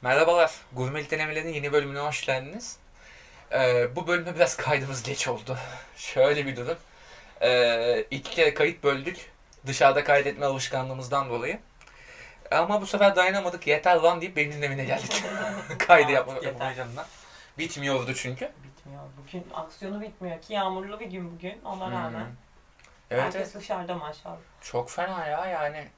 Merhabalar, Gurmelik Denemelerin yeni bölümüne hoş geldiniz. Bu bölüme biraz kaydımız geç oldu. Şöyle bir durum. İki kere kayıt böldük. Dışarıda kaydetme alışkanlığımızdan dolayı. Ama bu sefer dayanamadık. Yeter lan deyip benim evine geldik. Kaydı yapamayacağım. Bitmiyordu çünkü. Bitmiyor. Bugün aksiyonu bitmiyor ki yağmurlu bir gün bugün ona rağmen. Evet, Herkes dışarıda maşallah. Çok fena ya yani.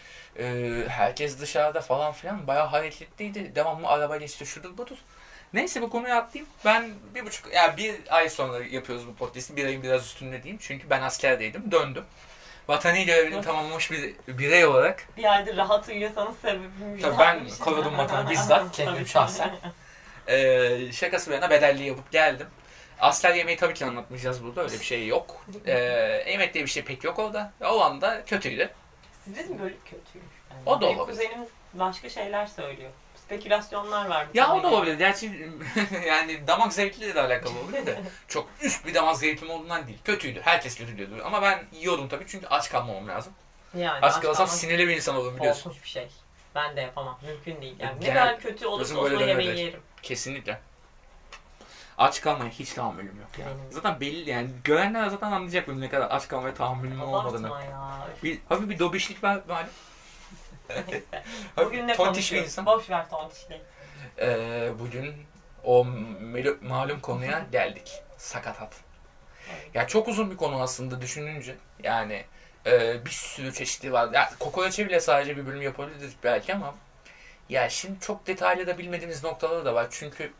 Herkes dışarıda falan filan bayağı hareketliydi. Devamlı arabayla işte şudur budur. Neyse bu konuyu atlayayım. Ben bir ay sonra yapıyoruz bu podcast'i. Bir ayın biraz üstünde diyeyim. Çünkü ben askerdeydim. Döndüm. Vatani görevini tamamlamış bir birey olarak. Bir aydır rahat uyuyorsanız sebebim tabii ben korudum vatanı bizzat. Kendim şahsen. Şakası bir yana bedelli yapıp geldim. Asker yemeği tabii ki anlatmayacağız burada. Öyle bir şey yok. Yemek diye bir şey pek yok orada. O anda kötüydü. Sizin böyle kötüymüş. Yani O da benim olabilir. kuzenim başka şeyler söylüyor. Spekülasyonlar var. Ya o da olabilir. Gerçi yani damak zevkiyle de alakalı olabilir de. Çok üst bir damak zevkim olduğundan değil. Kötüydü. Herkes kötü diyordu. Ama ben yiyordum tabii çünkü aç kalmamam lazım. Yani aç kalırsam sinirli bir insan olurum biliyorsun. Korkunç bir şey. Ben de yapamam. Mümkün değil. Yani ne Genel, kadar kötü olursa olsun yemeği yerim. Kesinlikle. Aç kalmaya hiç tahammülüm yok ya. Zaten belli yani. Görenler zaten anlayacak benim ne kadar aç kalmaya tahammülüm olmadığını. Hafif bir dobişlik var malum. Bugün ne konuşuyoruz? Boş ver tontişliği. Bugün o malum konuya geldik. Sakatat. Evet. Ya çok uzun bir konu aslında düşününce. Yani bir sürü çeşidi var. Ya kokoreçe bile sadece bir bölüm yapabiliriz belki ama ya şimdi çok detaylı da bilmediğimiz noktaları da var. Çünkü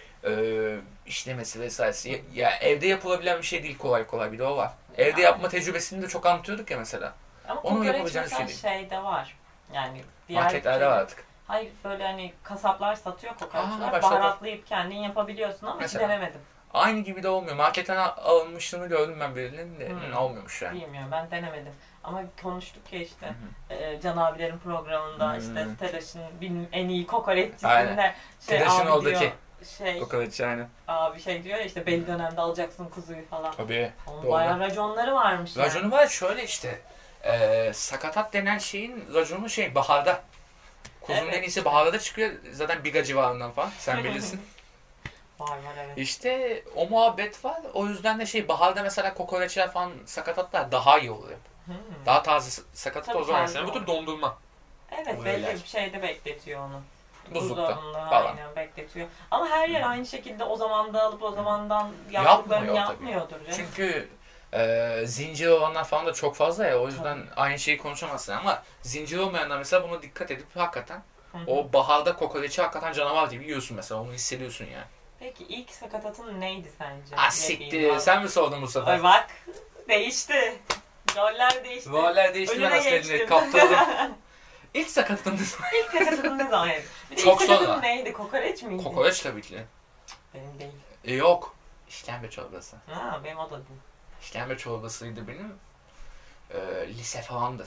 işlemesi vesairesi. Ya evde yapılabilen bir şey değil kolay kolay, bir de o var. Evde yapma tecrübesini de çok anlatıyorduk ya mesela. Ama onu yapabileceğin şey değil. Şeyde var. Yani marketlerde var artık. Hayır böyle hani kasaplar satıyor kokoreçler. Baharatlayıp kendin yapabiliyorsun ama mesela, hiç denemedim. Aynı gibi de olmuyor. Marketten alınmışlığını gördüm ben birinin de olmuyormuş yani. Bilmiyorum, ben denemedim. Ama konuştuk ya işte Can abilerin programında işte TEDAŞ'ın en iyi kokoreççisinde TEDAŞ'ın oradaki kokoreç yani. Abi diyor ya işte belli dönemde alacaksın kuzuyu falan. Tabii. Onun bayağı raconları varmış yani. Raconu var şöyle işte. Sakatat denen şeyin raconu baharda. Kuzunun en iyisi baharda çıkıyor. Zaten Biga civarından falan. Sen bilirsin. Var evet. İşte o muhabbet var. O yüzden de baharda mesela kokoreçler falan sakatatlar daha iyi oluyor. Daha taze sakatat o zaman mesela. Bu tür dondurma. Evet belli bir şeyde bekletiyor onu. Buzlukta falan. Aynen bekletiyor. Ama her yer aynı şekilde o zaman da alıp o zamandan yaptıklarını yapmıyordur. Çünkü zincir olanlar falan da çok fazla ya. O yüzden aynı şeyi konuşamazsın ama zincir olmayanlar mesela buna dikkat edip hakikaten o baharda kokoreçi hakikaten canavar gibi yiyorsun mesela. Onu hissediyorsun yani. Peki ilk sakatatın neydi sence? Siktir. Sen mi sordun bu sefer? Ay bak değişti. Roller değişti. Ben askerliğine kaptırdım. İlk sakatatın ne zaman? İlk sakatatın ne zaman? Çok İlk sakatatın neydi? Kokoreç miydi? Kokoreç tabii ki. Benim değil. Yok. İşkembe çorbası. Benim o da değil. İşkembe çorbasıydı benim. Lise falandır.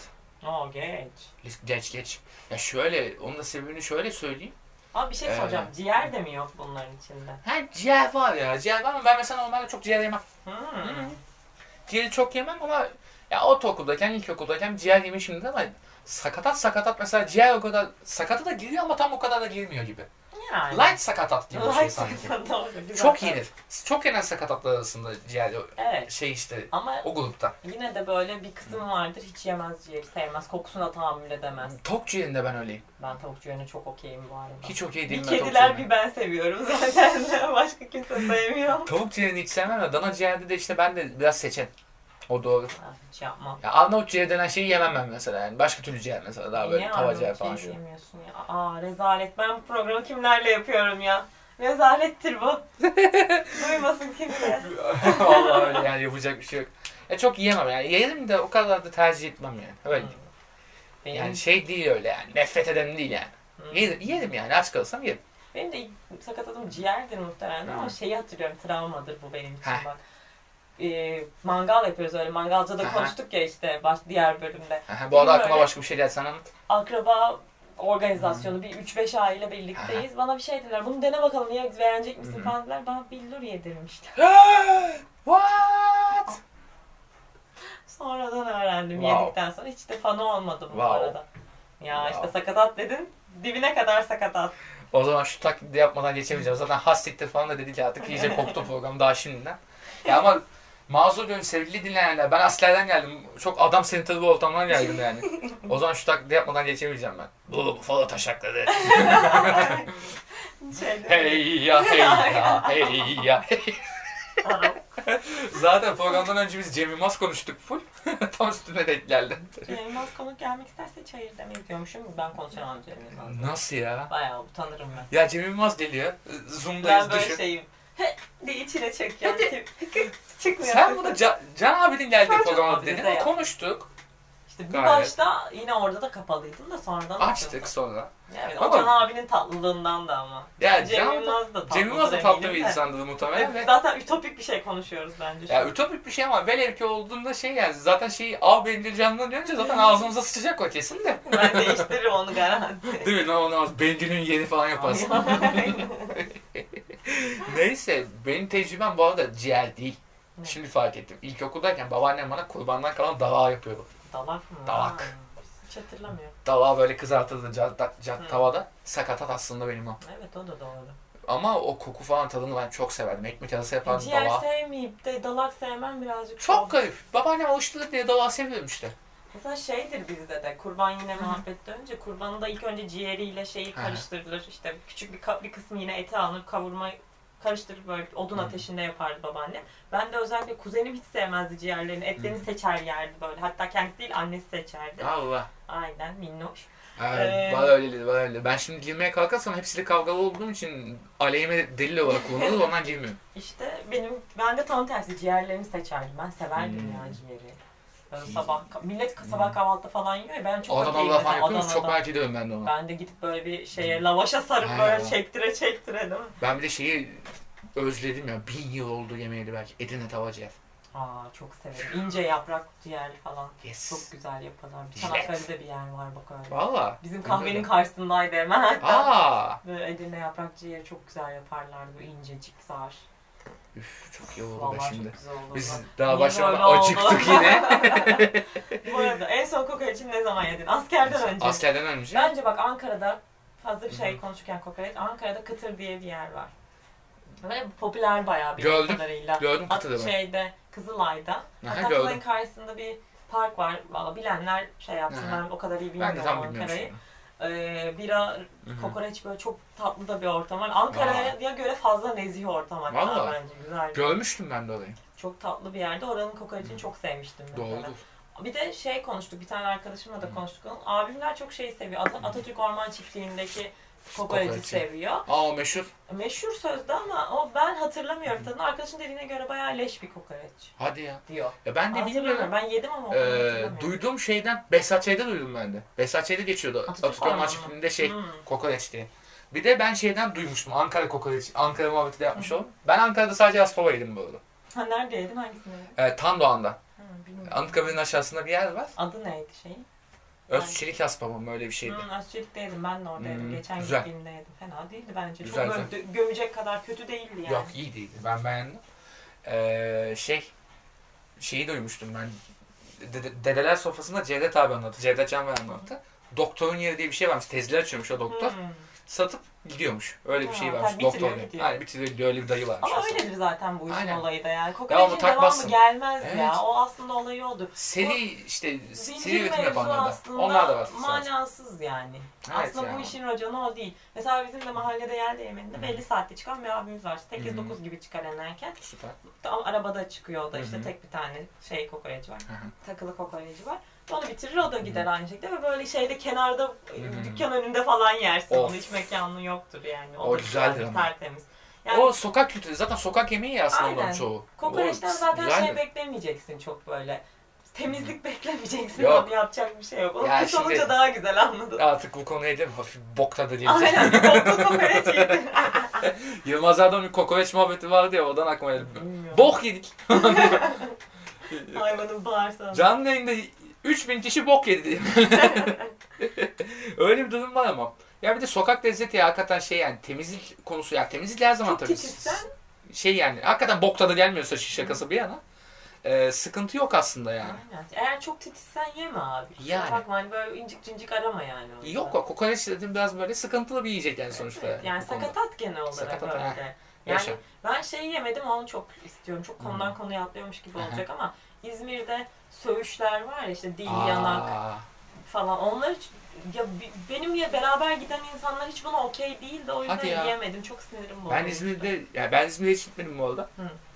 Geç. Ya şöyle, onun da sebebini şöyle söyleyeyim. Abi bir şey soracağım. Ciğer de mi yok bunların içinde? Ciğer var ya. Ciğer var ama ben mesela normalde çok ciğer yemem. Ciğeri çok yemem ama ya ortaokuldayken, ilkokuldayken ciğer yemişimdir ama sakatat mesela ciğer o kadar sakata da giriyor ama tam o kadar da girmiyor gibi. Yani. Light sakatat gibi bir şey sanki. Çok yenir. Çok yenen sakatatlar arasında ciğer ama o grupta. Yine de böyle bir kısım vardır hiç yemez ciğeri, sevmez, kokusuna tahammül edemez. Tavuk ciğerinde ben öyleyim. Ben tavuk ciğerine çok okeyim bu arada. Hiç okey değilim ben tavuk ciğerine. Kediler bir ben seviyorum zaten. Başka kimse sevmiyor. Tavuk ciğerini hiç sevmem ama dana ciğerde de işte ben de biraz seçerim. O doğru. Hiç yapmam. Ya Arnavut ciğer denen şeyi yemem ben mesela yani. Başka türlü ciğer mesela daha böyle tava ciğer falan şu. Yemiyorsun ya? Rezalet. Ben bu programı kimlerle yapıyorum ya? Rezalettir bu. Duymasın kimse. Vallahi öyle yani yapacak bir şey yok. Çok yiyemem yani. Yerim de o kadar da tercih etmem yani. Öyle değil. Yani değil öyle yani. Nefret eden değil yani. Yerim yani. Aç kalırsam yerim. Benim de sakatadım ciğerdir muhtemelen ama hatırlıyorum. Travmadır bu benim için bak. Mangal yapıyoruz öyle. Mangalca'da da konuştuk ya işte diğer bölümde. Bu arada aklıma başka bir şey geldi, sen anlat. Akraba organizasyonu bir 3-5 aile birlikteyiz. Bana bir şey dediler. Bunu dene bakalım ya beğenecek misin falan dediler. Bana billur yedirmişler. What? Sonradan öğrendim yedikten sonra. Hiç de fanı olmadım bu arada. Ya işte sakatat dedin. Dibine kadar sakatat. O zaman şu taklidi yapmadan geçemeyeceğim. Zaten hastiktir falan da dedik artık. İyice koptu program daha şimdiden. Ya ama mazur görün sevgili dinleyenler. Ben askerden geldim. Çok adam sentırlı ortamdan geldim yani. O zaman şu taklidi yapmadan geçemeyeceğim ben. Bu falan taşakladı. Hey ya hey ya hey ya hey. Zaten programdan önce biz Cem Yılmaz konuştuk full. Tam üstüne denk geldi. Cem Yılmaz konuk gelmek isterse çayır demeyi diyormuşum. Ben konuşamam Cem Yılmaz'la. Nasıl ya? Bayağı utanırım ben. Ya Cem Yılmaz geliyor. Zoom'dayız Ben böyle düşün. şeyim. diye içine çekiyorum. Çıkmıyor. Sen bunu Can abinin geldiği Can programda abimize dedin. yap. Konuştuk. İşte bir Gayet. başta yine orada da kapalıydım da sonradan Açtık sonra. Evet, Ama- o Can abinin tatlılığından da ama. Ya Cem Yılmaz da tatlı. Cem Yılmaz da tatlı bir insandı muhtemelen. Evet, Ve zaten ütopik bir şey konuşuyoruz bence. ya ütopik bir şey ama velev ki olduğunda şey yani zaten şeyi av bencil canlı dönünce zaten ağzımıza sıçacak o kesin de. Ben değiştiririm onu garanti. Değil mi? Ne olmaz. Bencilin yeri falan yaparsın. Neyse benim tecrübem bu arada ciğer değil. Ne? Şimdi fark ettim. İlkokuldayken babaannem bana kurbandan kalan davağı yapıyordu. Dalak mı? Dalak. Ha, hiç hatırlamıyorum. Davağı böyle kızartıldı Hı. tavada. Sakatat aslında benim o. Evet o da doğru. Ama o koku falan tadını ben çok severdim. Ekmek arası yapardım Ciğer davağı. sevmeyip de dalak sevmem birazcık Çok garip. Babaannem alıştırdı diye davağı seviyorum işte. Mesela şeydir bizde de kurban yine muhabbette önce kurbanı da ilk önce ciğeriyle şeyi Hı hı. karıştırılır. İşte küçük bir kısmı yine eti alınır kavurma karıştırıp böyle odun ateşinde yapardı babaannem. Ben de özellikle kuzenim hiç sevmezdi ciğerlerini. Etlerini seçer yerdi böyle. Hatta kendisi değil annesi seçerdi. Allah. Aynen minnoş. Bana öyleydi, bana öyle. Ben şimdi girmeye kalkarsam hepsiyle kavgalı olduğum için aleyhime delil olarak kullanılır, ondan girmiyorum. İşte ben de tam tersi ciğerlerini seçerdim. Ben severdim ya ciğeri. Böyle sabah, millet sabah kahvaltıda falan yiyor ya ben çok Adanalı'da falan yapıyormuş, çok Adana'da. merak ediyorum ben de onu. Ben de gidip böyle bir şeye lavaşa sarıp Ha. böyle çektire değil mi? Ben bir de şeyi özledim ya, 1000 yıl oldu yemeyeli belki. Edirne tava ciğer. Aa çok severim. İnce yaprak ciğer falan. Yes. Çok güzel yaparlar. Bir Yes. Çanakkale'de bir yer var bak öyle. Valla. Bizim Ben kahvenin de- karşısındaydı hemen hatta. Aa. Böyle Edirne yaprak ciğeri çok güzel yaparlardı. Bu incecik zar. Üf, çok iyi oldu be Vallahi şimdi. çok güzel oldu. Biz Bak. daha Niye başlamadan böyle oldu? acıktık yine. Bu arada en son kokoreçini ne zaman yedin? Askerden önce. Askerden önce. Bence bak Ankara'da fazla bir şey konuşurken kokoreç. Ankara'da Kıtır diye bir yer var. Ve popüler bayağı bir Gördüm. kadarıyla. Gördüm Kıtır'ı ben. Şeyde Kızılay'da. Aha, Hatta gördüm. Kızılay'ın karşısında bir park var. Valla bilenler şey yapsın Aha. ben o kadar iyi Ben de bilmiyorum tam bilmiyorum Ankara'yı. şimdi. Bira, Hı hı. kokoreç böyle çok tatlı da bir ortam var. Ankara'ya göre fazla nezih ortam hatta Vallahi. bence güzel. Görmüştüm ben de orayı. Çok tatlı bir yerde. Oranın kokoreçini çok sevmiştim mesela. Doğrudur. Bir de şey konuştuk, bir tane arkadaşımla da konuştuk. Abimler çok şeyi seviyor. Atatürk Orman Çiftliği'ndeki kokoreci Kokoreçi. seviyor. Aa o meşhur. Meşhur sözde ama ben hatırlamıyorum tadını. Arkadaşın dediğine göre bayağı leş bir kokoreç Hadi ya. diyor. Ya ben de Hatırlamıyorum. bilmiyorum. Ben yedim ama o kadar hatırlamıyorum. Duyduğum şeyden Behzatçı'da duydum ben de. Behzatçı'da geçiyordu. Atatürk Orman Ormanı. Çiftliği'nde şey Hmm. kokoreç diye. Bir de ben şeyden duymuştum. Ankara kokoreç. Ankara muhabbeti de yapmış oldum. Ben Ankara'da sadece Aspava yedim bu arada. Ha nerede yedin? Hangisini yedin? Tandoğan'da. Ha, bilmiyorum. Anıtkabir'in aşağısında bir yer var. Adı neydi şeyin? Özçelik Aspava mı öyle bir şeydi. Özçelik'te yedim. Ben de orada yedim. Geçen güzel. gittiğimde yedim. Fena değildi bence. Güzel, Çok böyle gömecek kadar kötü değildi yani. Yok iyi değildi. Ben beğendim. Şeyi duymuştum ben. Dedeler sofrasında Cevdet abi anlattı. Cevdet Canver anlattı. Doktorun yeri diye bir şey varmış. Tezler açıyormuş o doktor. Satıp gidiyormuş. Öyle bir şey varmış. tabii bitiriyor, Doktor. gidiyor. Yani bitiriyor gidiyor. Öyle bir dayı varmış. Ama aslında. öyledir zaten bu işin Aynen. olayı da yani. Ya Kokoreçin onu takmazsın. devamı gelmez Evet. ya. O aslında olayı odur. Seri işte Zincir seri üretim mevzu yapanlar da. aslında Onlar da var. sadece. manasız yani. Evet aslında ya. bu işin raconu o değil. Mesela bizim de mahallede yer değirmeninde belli saatte çıkan bir abimiz var. Hı 8-9 gibi çıkar enerken. Süper. Tam arabada çıkıyor o da işte Hı hı. tek bir tane şey kokoreci var. Hı hı. Takılı kokoreci var. Onu bitirir o da gider aynı şekilde ve böyle şeyde kenarda hı. dükkan önünde falan yersin. Of. Onu hiç mekanı yoktur yani. O da güzeldir güzel, ama. tertemiz. Yani O sokak kültürü. Zaten sokak yemeği ya aslında Aynen. onların çoğu. kokoreçten O zaten güzeldir. şey beklemeyeceksin çok böyle. Temizlik beklemeyeceksin. Yok. Onu yapacak bir şey yok. Onu Ya kış olunca şimdi- daha güzel anladın. Artık bu konuya gidelim. Hafif bok tadı diye. Aynen. Koklu kokoreç yedin. Yılmaz Erdoğan'ın bir kokoreç muhabbeti vardı ya, oradan aklıma geldi. Bilmiyorum. Bok yedik. Hayvanın bağırsanı. Canlı yayında 3000 kişi bok yedi diye. Öyle bir durum var ama. Ya bir de sokak lezzeti ya hakikaten şey yani temizlik konusu ya temizlik her zaman Çok tabii. titizsen Şey yani hakikaten bok tadı gelmiyorsa şakası bir yana. sıkıntı yok aslında yani. Aynen. Eğer çok titizsen yeme abi. Yani. Bakma hani böyle incik cincik arama yani. Orada. Yok o kokoreç dedim biraz böyle sıkıntılı bir yiyecek yani sonuçta. Evet, yani sakatat genel olarak Sakatat, öyle. ha. Yani Yaşa. ben şeyi yemedim onu çok istiyorum. Çok konudan konuya atlıyormuş gibi olacak ama İzmir'de söğüşler var ya işte dil yanak falan. Onlar ya benimle beraber giden insanlar hiç buna okey değil de o yüzden yiyemedim. Çok sinirim bozuldu. Ben İzmir'de hiç gitmedim bu arada.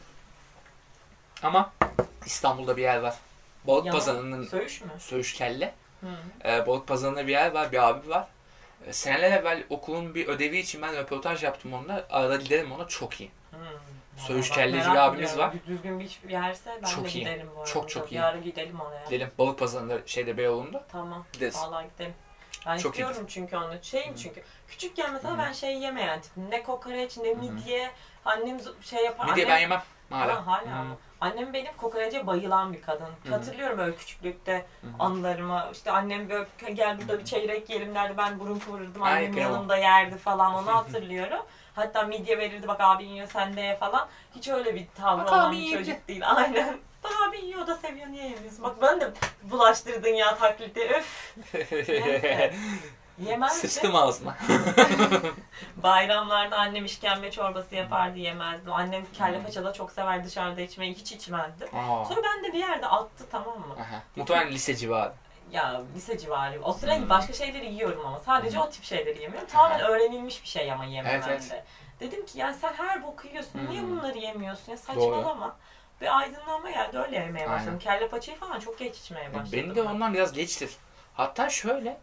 Ama İstanbul'da bir yer var. Balık Pazarı'nın söğüş mü? Söğüş kelle. Balık Pazarı'nda bir yer var, bir abi var. Seneler evvel okulun bir ödevi için ben röportaj yaptım onunla. Arada giderim ona, çok iyi. Söğüş kelleci bir abimiz var. Düzgün bir yerse ben çok de iyi. giderim bu arada. Çok iyi. Yarın gidelim oraya. Gidelim Balık Pazarı'nda Beyoğlu'nda. Tamam. Gideriz. Vallahi gidelim. Ben çok istiyorum iyidir. çünkü onu. Çünkü küçükken mesela ben şey yemeyen tipim. Ne kokoreç ne midye. Annem şey yapar. Midye ben yemem. Hala. Annem benim kokorece bayılan bir kadın. Hatırlıyorum böyle küçüklükte anılarıma. İşte annem böyle gel burada bir çeyrek yiyelim derdi. Ben burun kıvırırdım. Annem yanımda yerdi falan. Onu hatırlıyorum. Hatta midye verirdi. Bak abi yiyor sen de ye falan. Hiç öyle bir tavrı olan bir çocuk değil. Aynen. Bak abi yiyor da seviyor niye yemiyorsun? Bak ben de bulaştırdın ya taklidi. Öf. Neyse. Yemezdi. Sıçtım ağzına. Bayramlarda annem işkembe çorbası yapardı yemezdim. Annem kelle paça da çok sever dışarıda içmeyi hiç içmezdi. Sonra ben de bir yerde attı tamam mı? Muhtemelen lise civarı. Ya lise civarı. O sıra başka şeyleri yiyorum ama sadece o tip şeyleri yemiyorum. Tamamen öğrenilmiş bir şey ama yememem de. Dedim ki ya sen her boku yiyorsun niye bunları yemiyorsun ya saçmalama. Doğru. Bir aydınlanma geldi öyle yemeye başladım. Kelle paçayı falan çok geç içmeye başladım. Benim de ondan biraz geçtir. Hatta şöyle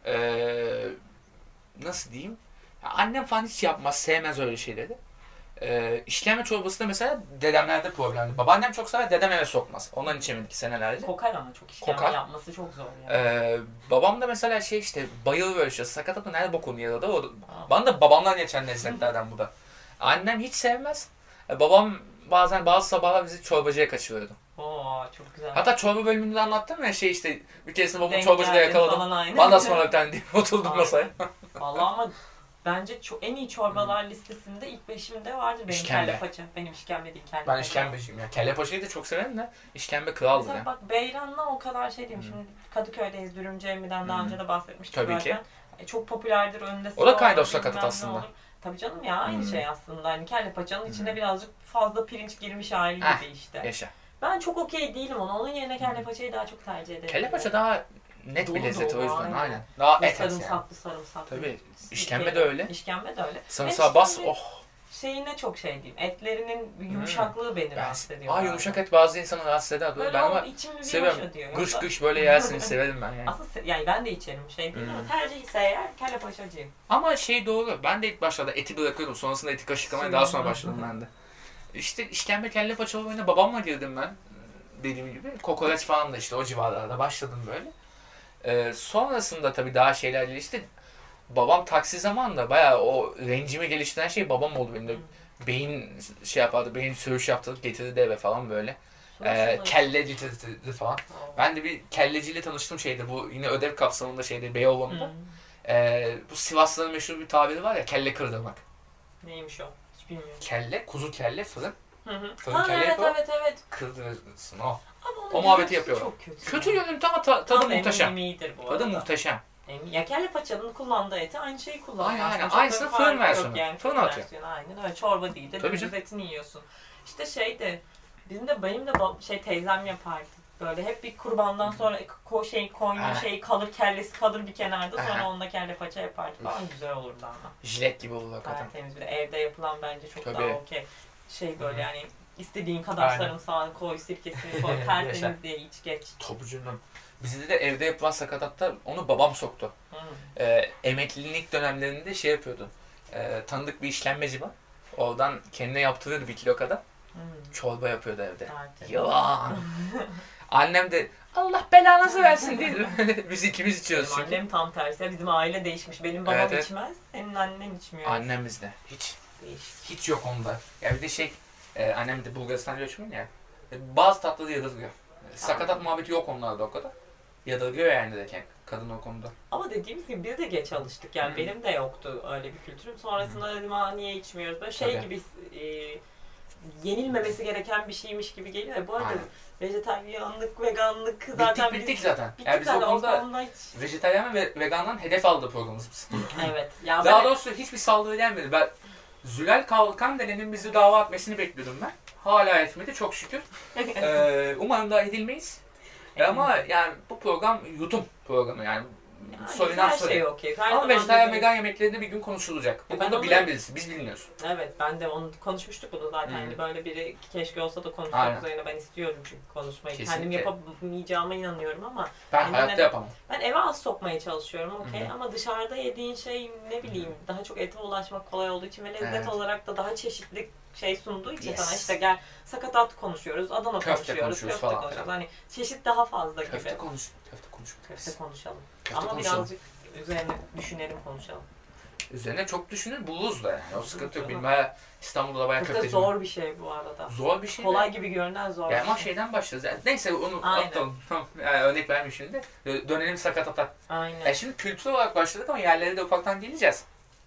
nasıl diyeyim? Annem falan hiç yapmaz, sevmez öyle şeyleri. İşkembe çorbası da mesela dedemlerde problemdi. Babaannem çok sever, dedem eve sokmaz. Ondan içemedik senelerce. Kokar ama çok işkembe yapması çok zor yani. Babam da mesela işte bayılır böyle şey. Sakatat mı nerede bokunu yaradı. Bana da babamdan geçen lezzetlerden bu da. Annem hiç sevmez. Babam bazen bazı sabahlar bizi çorbacıya kaçırıyordu. Çok güzel. Hatta çorba bölümünde anlattım ya işte bir keresinde babamı çorbacıda yakaladım. Bana da ısmarladıktan diye oturdum masaya. Vallahi ama bence en iyi çorbalar listesinde ilk 5'imde vardır benim kelle paça. Benim işkembe değil kelle paça. Ben işkembeciyim ya. Kelle paçayı da çok severim de işkembe kraldır ya. Bak Beyran'la o kadar şey diyeyim. Şimdi Kadıköy'deyiz. Dürümcü Emmi'den daha önce de bahsetmiştik tabii zaten. Çok popülerdir önünde. O da kaydı o sakatat aslında. Tabii canım ya aynı şey aslında. Hani kelle paçanın içine birazcık fazla pirinç girmiş hali gibi işte. Yaşa. Ben çok okey değilim ona. Onun yerine kelle paçayı daha çok tercih ederim. Kelle paça daha net bir lezzet o yüzden. Aynen. Daha et sarımsaklı. Tabii. İşkembe de öyle. İşkembe de öyle. Sarımsağı bas Şeyine çok şey diyeyim. Etlerinin yumuşaklığı beni rahatsız ediyor. Yumuşak et bazı insanı rahatsız eder. Böyle ben ama seviyorum. Gış böyle yersiniz severim ben yani. Aslında yani ben de içerim şey değil ama tercihse eğer kelle paçacıyım. Ama doğru. Ben de ilk başlarda eti bırakıyordum. Sonrasında eti kaşıklamaya daha sonra başladım ben de. İşte işkembe kelle paça olayına babamla girdim ben. Dediğim gibi. Kokoreç falan da işte o civarlarda başladım böyle. Sonrasında tabii daha şeyler gelişti. Babam taksi zamanında bayağı o rencimi geliştiren şey babam oldu benim de. Beyin yapardı, beyin söğüş yaptırıp getirirdi eve falan böyle. Kelle getirdi falan. Ben de bir kelleciyle tanıştım bu yine ödev kapsamında Beyoğlu'nda. Bu Sivaslıların meşhur bir tabiri var ya, kelle kırdırmak. Neymiş o? Hiç bilmiyorum. Kelle, kuzu kelle, fırın. Fırın kelle yapıyor. Evet. Kırdırırsın o. O muhabbeti yapıyorlar. Çok kötü. Kötü görüntü ama tadı muhteşem. Tadı muhteşem. Ya kelle paçanın kullandığı eti aynı şeyi kullanıyor. Aynen. Aynısını fırın versiyonu. Fırın atıyor. Aynen öyle. Çorba değil de dümdüz etini yiyorsun. İşte benim de teyzem yapardı. Böyle hep bir kurbandan sonra koyun kalır, kellesi kalır bir kenarda. Sonra onunla kelle paça yapardı falan. Güzel olurdu ama. Jilet gibi olur hakikaten. Temiz bir de evde yapılan bence çok daha okey. Böyle yani istediğin kadar sarımsağını koy, sirkesini koy, tertemiz diye iç geç. Tabii canım. Bizde de evde yapılan sakatatta onu babam soktu. Emekliliğin dönemlerinde yapıyordu. Tanıdık bir işlenmeci var. Oradan kendine yaptırıyordu 1 kilo kadar. Çorba yapıyordu evde. Yılan. Annem de Allah belanızı versin diye biz ikimiz içiyoruz çünkü. Annem tam tersi. Bizim aile değişmiş. Benim babam içmez. Senin annen içmiyor. Annem bizde. Hiç yok onda. Ya bir de annem de Bulgaristan göçmeni ya. Bazı tatlıları yadırgıyor. Sakatat muhabbeti yok onlarda o kadar. Yadırgıyor yani de kadın o konuda. Ama dediğimiz gibi biz de geç alıştık. Yani benim de yoktu öyle bir kültürüm. Sonrasında dedim niye içmiyoruz? Böyle gibi yenilmemesi gereken bir şeymiş gibi geliyor ya. Bu arada Aynen. vejetaryenlik, veganlık zaten Bittik zaten. Bittik Yani biz o zaten. konuda vejetaryen ve vegandan hedef aldığı programımız. Evet. Ya Daha doğrusu hiçbir saldırı gelmedi. Ben Zülal Kalkan denenin bizi dava etmesini bekliyordum ben. Hala etmedi çok şükür. Umarım da edilmeyiz. Ama yani bu program yudum programı yani. Sorulan soru. Şey okey. Ama vejetaryen vegan yemeklerinde bir gün konuşulacak. Bu konuda bilen birisi. Biz bilmiyoruz. Evet, ben de onu konuşmuştuk bunu zaten. Hani böyle biri keşke olsa da konuşmak üzerine ben istiyorum çünkü konuşmayı. Kesinlikle. Kendim yapamayacağıma inanıyorum ama ben hayatta yapamam. Ben eve az sokmaya çalışıyorum okey ama dışarıda yediğin şey ne bileyim daha çok ete ulaşmak kolay olduğu için ve lezzet olarak da daha çeşitli şey sunduğu için sana işte gel sakatat konuşuyoruz, Adana konuşuyoruz, köfte falan. konuşuyoruz. Hani çeşit daha fazla gibi. Köfte konuşalım. Ama birazcık üzerine düşünelim, konuşalım. Üzerine çok düşünür, buluruz da yani. O sıkıntı yok. Benim bayağı İstanbul'da bayağı köfteci. Zor bir şey bu arada. Zor bir şey. Kolay gibi görünen zor. Yani ama şeyden başlarız. Yani neyse onu atalım. Tamam. Yani örnek vermeyeyim şimdi. Dönelim sakatata. Aynen. Yani şimdi kültür olarak başladık ama yerlere de ufaktan geleceğiz.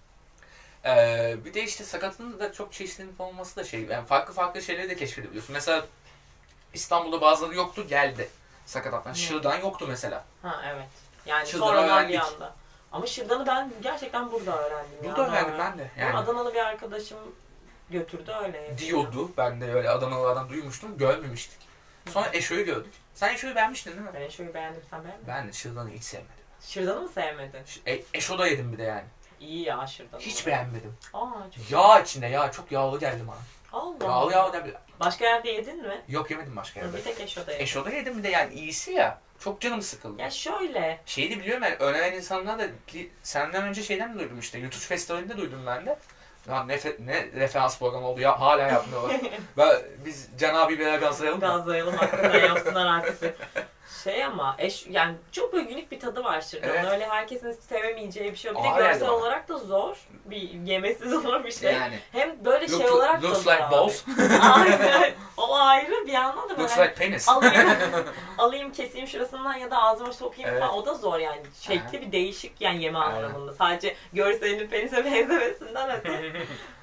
Bir de işte sakatının da çok çeşitlilik olması da şey. Yani farklı şeyleri de keşfedebiliyorsun. Mesela İstanbul'da bazıları yoktu, geldi. Sakatattan. Şırdan yoktu mesela. Ha evet. Yani Şırdan'ı sonradan bir anda. Ama şırdanı ben gerçekten burada öğrendim. Burada öğrendim ben de. Yani. Adanalı bir arkadaşım götürdü öyle. Diyordu. Ben de öyle Adanalılardan duymuştum. Görmemiştik. Sonra Eşo'yu gördük. Sen Eşo'yu beğenmiştin değil mi? Ben Eşo'yu beğendim. Sen beğenmedin mi? Ben de şırdanı hiç sevmedim. Şırdanı mı sevmedin? Eşo'da yedim bir de yani. İyi ya şırdanı. Hiç beğenmedim. Çok yağ içinde yağ. Çok yağlı geldi bana. Allah. Yağlı geldi. Başka yerde yedin mi? Yok yemedim başka yerde. Bir tek Eşo'da yedim. Eşo'da yedim bir de yani iyisi ya. Çok canım sıkıldı. Ya şöyle. Şeyi de biliyorum yani öneren insanlar da senden önce şeyden duydum işte. YouTube Festivali'nde duydum ben de. Ya ne referans programı oldu ya hala yapmıyorlar. Biz Can abi beraber gazlayalım mı? Gazlayalım hakkında yapsınlar artık. Şey ama yani çok böyle unik bir tadı var şırdanın. Evet. Öyle herkesin sevemeyeceği bir şey. Bir de görsel olarak da zor. Bir yemesi zor bir şey. Yani, hem böyle şey olarak da zor. Looks like balls. Aynen. O ayrı bir yandan da böyle. Looks like penis. Alayım keseyim şurasından ya da ağzıma sokayım falan. O da zor yani. Şekli bir değişik yani yeme anlamında. Sadece görselinin penise benzemesinden öte.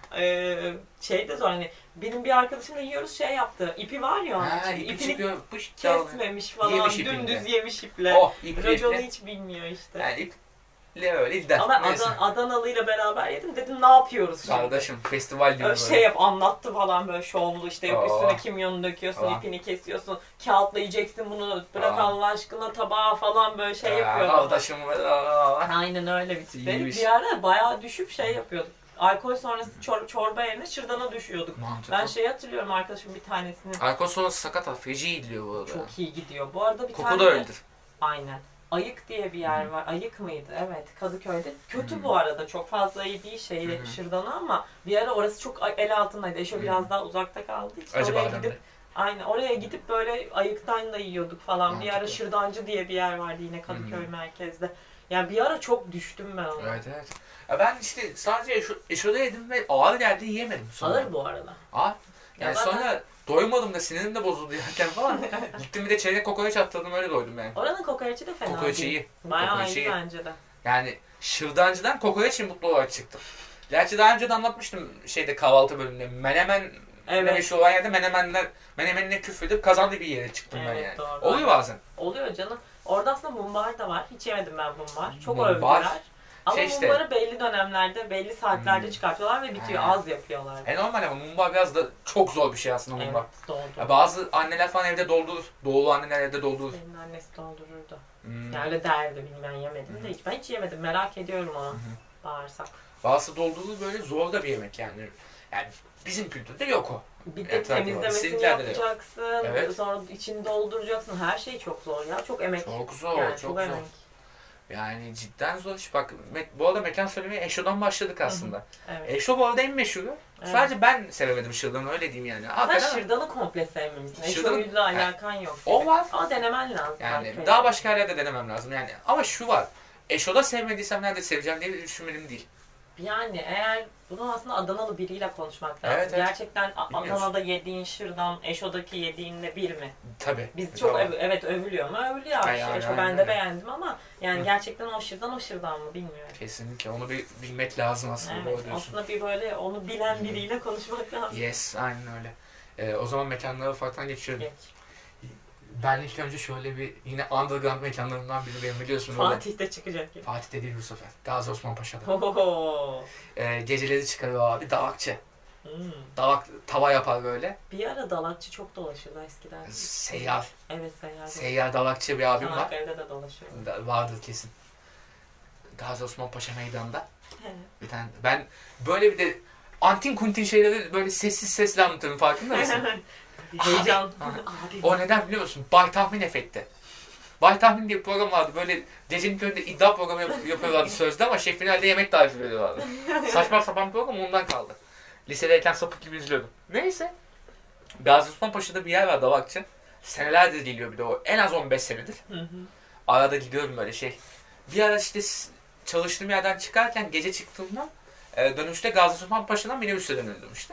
Şey de zor hani benim bir arkadaşımla yiyoruz şey yaptı. İpi var ya. İpini kesmemiş falan. Dümdüz yemiş iple. Raconu hiç bilmiyor işte. Yani iple öyle gider. Ama Adanalıyla beraber yedim. Dedim ne yapıyoruz şimdi? Kardeşim festival gibi böyle. Şey yap anlattı falan böyle şovlu işte yok üstüne kimyonu döküyorsun, ipini kesiyorsun. Kağıtla yiyeceksin bunu. Bırak Allah aşkına tabağa falan böyle şey yapıyor. Kardeşim. Aynen öyle bir bir ara bayağı düşüp şey yapıyorduk. Alkol sonrası çorba yerine şırdana düşüyorduk. Mantıklı. Ben şey hatırlıyorum arkadaşım bir tanesini. Alkol sonrası sakatat feci gidiyor bu arada. Çok iyi gidiyor. Bu arada bir tane da öyledir. Aynen. Ayık diye bir yer var. Ayık mıydı? Evet. Kadıköy'de. Kötü bu arada. Çok fazla iyi değil şeyi şırdanı ama bir ara orası çok el altındaydı. Eşo biraz daha uzakta kaldığı için Acaba oraya gidip aynen oraya gidip böyle ayıktan da yiyorduk falan. Mantıklı. Bir ara Şırdancı diye bir yer vardı yine Kadıköy merkezde. Yani bir ara çok düştüm ben ona. Evet. Ya ben işte sadece Eşo'da yedim ve ağır geldi yiyemedim sonra. Ağır bu arada. Ağır. Yani sonra doymadım da sinirim de bozuldu yerken falan. Gittim bir de çeyrek kokoreç attırdım öyle doydum yani. Oranın kokoreçi de fena kokoreç değil. İyi. Bayağı iyi bence de. Yani şırdancıdan kokoreçle mutlu olarak çıktım. Gerçi daha önce de anlatmıştım kahvaltı bölümünde. Menemen meşhur olan yerde menemenine küfredip kazandığı bir yere çıktım ben yani. Doğru. Oluyor bazen. Oluyor canım. Orada aslında mumbar da var. Hiç yemedim ben mumbar. Çok övdüler. Ama mumbarı belli dönemlerde, belli saatlerde çıkartıyorlar ve bitiyor. Az yapıyorlar. Normal ama mumbar biraz da çok zor bir şey aslında mumbar. Evet, doğru. Bazı anneler falan evde doldurur. Doğulu anneler evde doldurur. Benim annesi doldururdu. Yani öyle derdi bilmem yemedim de hiç. Ben hiç yemedim. Merak ediyorum onu. Bağırsak. Bazı doldurur böyle zor da bir yemek yani. Yani bizim kültürde yok o. Bir de temizlemesini yapacaksın. Evet. Sonra içini dolduracaksın. Her şey çok zor ya. Çok emek. Çok zor. Yani çok zor. Emek. Yani cidden zor iş. Bak bu arada mekan söylemeye Eşo'dan başladık aslında. Evet. Eşo bu arada en meşhuru. Evet. Sadece ben sevemedim şırdanı öyle diyeyim yani. Sen şırdanı komple sevmemişsin. Eşo'yla alakan yok. O var. Ama denemen lazım. Yani daha başka yerlerde denemem lazım yani. Ama şu var. Eşo'da sevmediysem nerede seveceğim diye düşünmedim değil. Yani eğer bunu aslında Adanalı biriyle konuşmak lazım. Evet, evet. Gerçekten Adana'da yediğin şırdan, Eşo'daki yediğinle bir mi? Tabii. Biz çok evet övülüyor mu? Övülüyor. Eşo ben de beğendim ama yani gerçekten o şırdan mı bilmiyorum. Kesinlikle. Onu bir bilmek lazım aslında. Evet, aslında bir böyle onu bilen biriyle konuşmak lazım. Yes, aynen öyle. O zaman mekanlara ufaktan geçiyorum. Geç. Ben ilk önce şöyle bir yine underground mekanlarından biri benim biliyorsun. Fatih'te çıkacak gibi. Fatih'te değil bu sefer. Gazi Osman Paşa'da. Ohoho. Geceleri çıkarıyor abi dalakçı. Dalak tava yapar böyle. Bir ara dalakçı çok dolaşıyordu eskiden. Seyyar. Evet seyyar. Seyyar dalakçı bir abim var. Çanakkale'de de dolaşıyor. Vardır kesin. Gazi Osman Paşa meydanında. Bir tane ben böyle bir de antin kuntin şeyleri böyle sessiz anlatırım farkında mısın? Heyecan. Abi. O neden biliyor musun? Bay Tahmin efekti. Bay Tahmin diye bir program vardı. Böyle gecenin köründe iddia programı yapıyorlardı sözde ama şef finalde yemek tarifi veriyorlardı. Saçma sapan program ondan kaldı. Lisedeyken sapık gibi izliyordum. Neyse. Gazi Osman Paşa'da bir yer var dalakçı. Senelerdir geliyor bir de o. En az 15 senedir. Arada gidiyorum böyle şey. Bir ara işte çalıştığım yerden çıkarken gece çıktığımda dönüşte Gazi Osman Paşa'dan minibüse dönüyordum işte.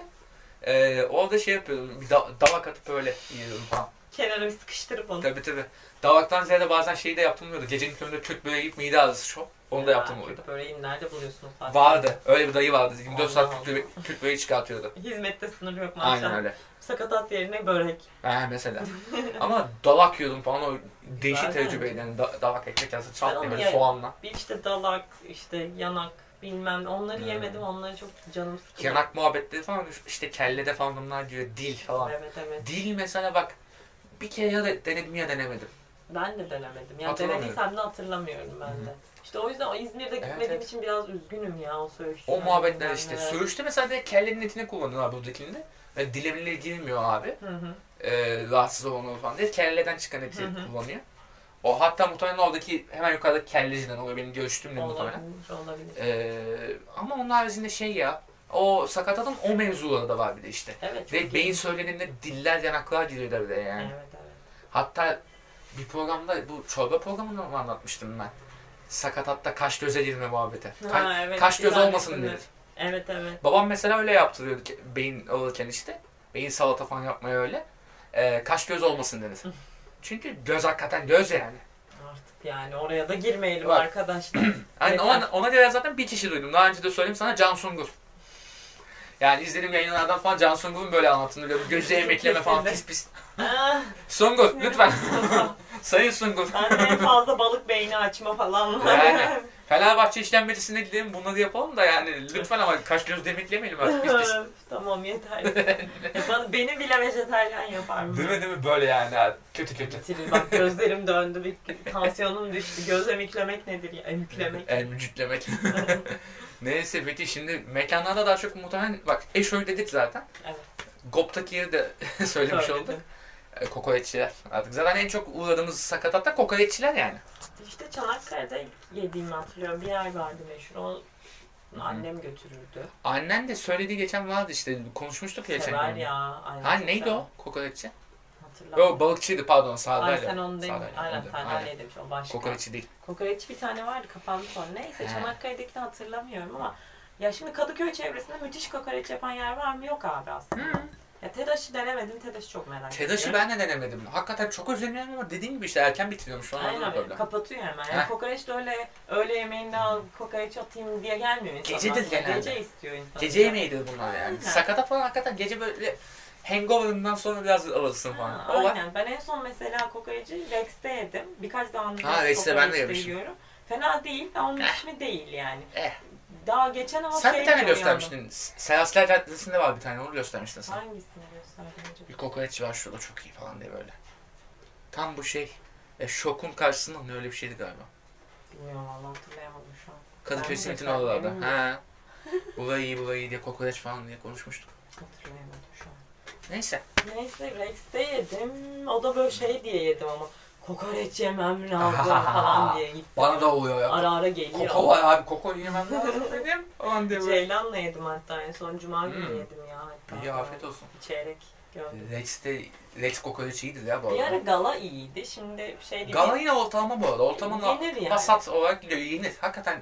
Orada şey yapıyordum. Bir dalak atıp öyle yiyordum falan. Kenara bir sıkıştırıp onu. Tabii. Dalaktan ziyade bazen şeyi de yaptım oluyordu. Gecenin köründe Türk böreği yiyip mide ağrısı şok. Onu da yaptım oluyordu. Türk böreğini nerede buluyorsunuz? Vardı. Öyle bir dayı vardı. 24 saat Türk böreği çıkartıyordu. Hizmette sınır yok maşallah. Aynen öyle. Sakatat yerine börek. Mesela. Ama dalak yiyordum falan o değişik tecrübeydi. Yani dalak ekmek arası çat diye böyle soğanla. Bir işte dalak, işte yanak bilmem onları yemedim. Onları çok canım sıkıldı. Yanak muhabbetleri falan işte kellede falan bunlar diyor. Dil falan. Evet. Dil mesela bak bir kere ya denedim ya denemedim. Ben de denemedim. Ya denediysem de hatırlamıyorum ben de. İşte o yüzden o İzmir'de gitmediğim için biraz üzgünüm ya o söğüşçü. O muhabbetler işte. Söğüşte mesela de kellenin etini kullanıyorlar buradakinde. Yani dile bile girmiyor abi. Rahatsız olmalı falan diye. Kelleden çıkan eti kullanıyor. O hatta muhtemelen oradaki hemen yukarıdaki kelleciden oluyor. Benim görüştüğümle muhtemelen. Olabilir. Ama onun haricinde şey ya. O sakatatın o mevzuları da var bir de işte. Evet. Ve beyin söyleninde diller yanaklar giriyor da bir de yani. Evet. Hatta bir programda bu çorba programında mı anlatmıştım ben? Sakatatta kaş göze girme muhabbeti. Kaş göz olmasın dedi. Evet. Babam mesela öyle yaptırıyordu beyin alırken işte. Beyin salata falan yapmaya öyle. Kaş göz olmasın dedi. Çünkü göz hakikaten göz yani. Artık yani oraya da girmeyelim arkadaşlar. Aynen ona göre zaten bir kişi duydum. Daha önce de söyleyeyim sana Can Sungur. Yani izlediğim yayınlardan falan Can Sungur'un böyle anlattığını biliyorum. Gözü emekleme falan pis. Sungur lütfen. Sayın Sungur. Ben en fazla balık beyni açma falan var. Yani Fenerbahçe işlenmecisine gidelim bunları yapalım da yani lütfen ama kaş göz demeklemeyelim artık pis. Tamam yeter. Beni bile vejetaryen yapar mı? Değil mi böyle yani kötü. Bitirir bak gözlerim döndü bir tansiyonum düştü. Göz emiklemek nedir ya? Emicüklemek. Neyse peki şimdi mekanlarda daha çok muhtemelen bak Eşo'yu dedik zaten. Evet. GOP'taki yeri de söylemiş olduk. Kokoreççiler. Artık zaten en çok uğradığımız sakatatta kokoreççiler yani. İşte Çanakkale'de yediğimi hatırlıyorum. Bir yer vardı meşhur. O annem götürürdü. Annen de söylediği geçen vardı işte. Konuşmuştuk ya geçen gün. Sever ya. Neydi o kokoreççi? Hatırlamıyorum. Yok balıkçıydı pardon Sardalya. Ay sen onu demiyorsun. Aynen Sardalya demiş o başka. Kokoreççi değil. Kokoreççi bir tane vardı kapandı sonra. Neyse Çanakkale'dekini hatırlamıyorum ama ya şimdi Kadıköy çevresinde müthiş kokoreç yapan yer var mı? Yok abi aslında. Ya TEDAŞ'ı denemedim. TEDAŞ'ı çok merak ediyorum. TEDAŞ'ı ben de denemedim. Hakikaten çok özeniyorum ama dediğim gibi işte erken bitiriyormuş falan. Aynen kapatıyor hemen. Yani kokoreç de öyle öğle yemeğinde kokoreç atayım diye gelmiyor insanlar. Gecedir genelde. Gece istiyor insan. Gece yemeğidir bunlar yani. Sakatat falan hakikaten gece böyle hangover'ından sonra biraz alırsın falan. Aynen. Ben en son mesela kokoreci Rex'te yedim. Birkaç zamandır Rex'te ben de yemişim. Fena değil ama müthiş mi değil yani. Daha geçen hafta sen bir tane göstermiştin. Seyaslar Caddesi'nde var bir tane onu göstermiştin sen. Hangisini gösterdin acaba? Bir kokoreç var şurada çok iyi falan diye böyle. Tam bu şey. Şokun karşısında mı öyle bir şeydi galiba. Bilmiyorum valla hatırlayamadım şu an. Kadıköy Simit'in oralarda. Burayı iyi diye kokoreç falan diye konuşmuştuk. Hatırlayamadım şu an. Neyse Rex'te yedim. O da böyle şey diye yedim ama. Kokoreç yemem lazım falan diye gittim. Bana da oluyor ya. Ara geliyor. Koko var abi koko yemem lazım dedim falan diye böyle. Ceylan'la yedim hatta en son cuma günü yedim ya hatta. İyi afiyet olsun. Çeyrek gördüm. Rex kokoreç iyidir ya bu arada. Bir ara Gala iyiydi şimdi şey değil. Gala yine ortalama bu arada. Ortalama yenir yani. vasat olarak gidiyor yenir. Hakikaten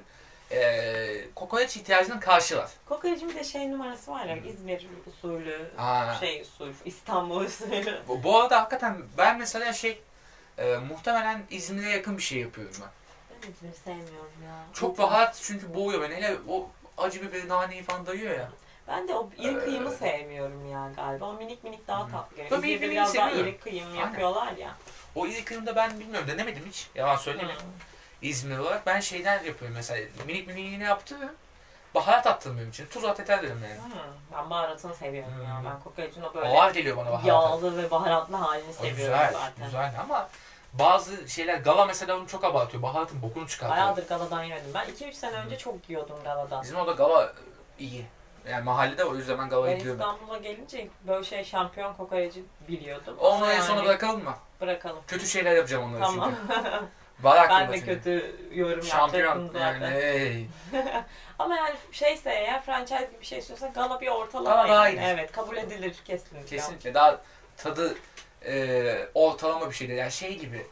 kokoreç ihtiyacını karşılar. Kokoreçin bir de şey numarası var ya, İzmir usulü, Ha. usul, İstanbul usulü. Bu arada hakikaten ben mesela muhtemelen İzmir'e yakın bir şey yapıyorum ben. Ben İzmir'i sevmiyorum ya. Çok baharat çünkü boğuyor beni. Hele o acı biber naneyi falan dayıyor ya. Ben de o iri kıyımı sevmiyorum ya galiba. O minik minik daha tatlı geliyor. Tabii İzmir'de minik biraz daha seviyorum. iri kıyım Aynen. yapıyorlar ya. O iri kıyımda ben bilmiyorum, denemedim hiç. Yalan söylemeyeyim. İzmir olarak ben şeyden yapıyorum mesela. Minik yine yaptım. Baharat attım benim için. Tuz at yeter dedim yani. Ben baharatını seviyorum ya. Ben kokoreçin o böyle Ağır geliyor bana baharat. yağlı ve baharatlı halini seviyorum Güzel, zaten. güzel ama bazı şeyler, Gala mesela onu çok abartıyor. Baharatın bokunu çıkartıyor. Bayağıdır Gala'dan yemedim. Ben 2-3 sene önce çok yiyordum Gala'dan. Bizim orada Gala iyi. Yani mahallede, o yüzden ben Gala'ya Ben gidiyorum. İstanbul'a gelince böyle şampiyon kokoreci biliyordum. Onu en Yani sona bırakalım mı? bırakalım. Kötü şeyler yapacağım onları Tamam. çünkü. Var Ben aklımda de çünkü. kötü yorum Şampiyon yapacaktım zaten. yani. Hey. Ama yani şeyse eğer franchise gibi bir şey istiyorsan Gala bir ortalama Gala daha yani. iyi. Evet, kabul edilir kesinlikle. Kesinlikle. Daha tadı ortalama bir şeydir. Yani şey gibi.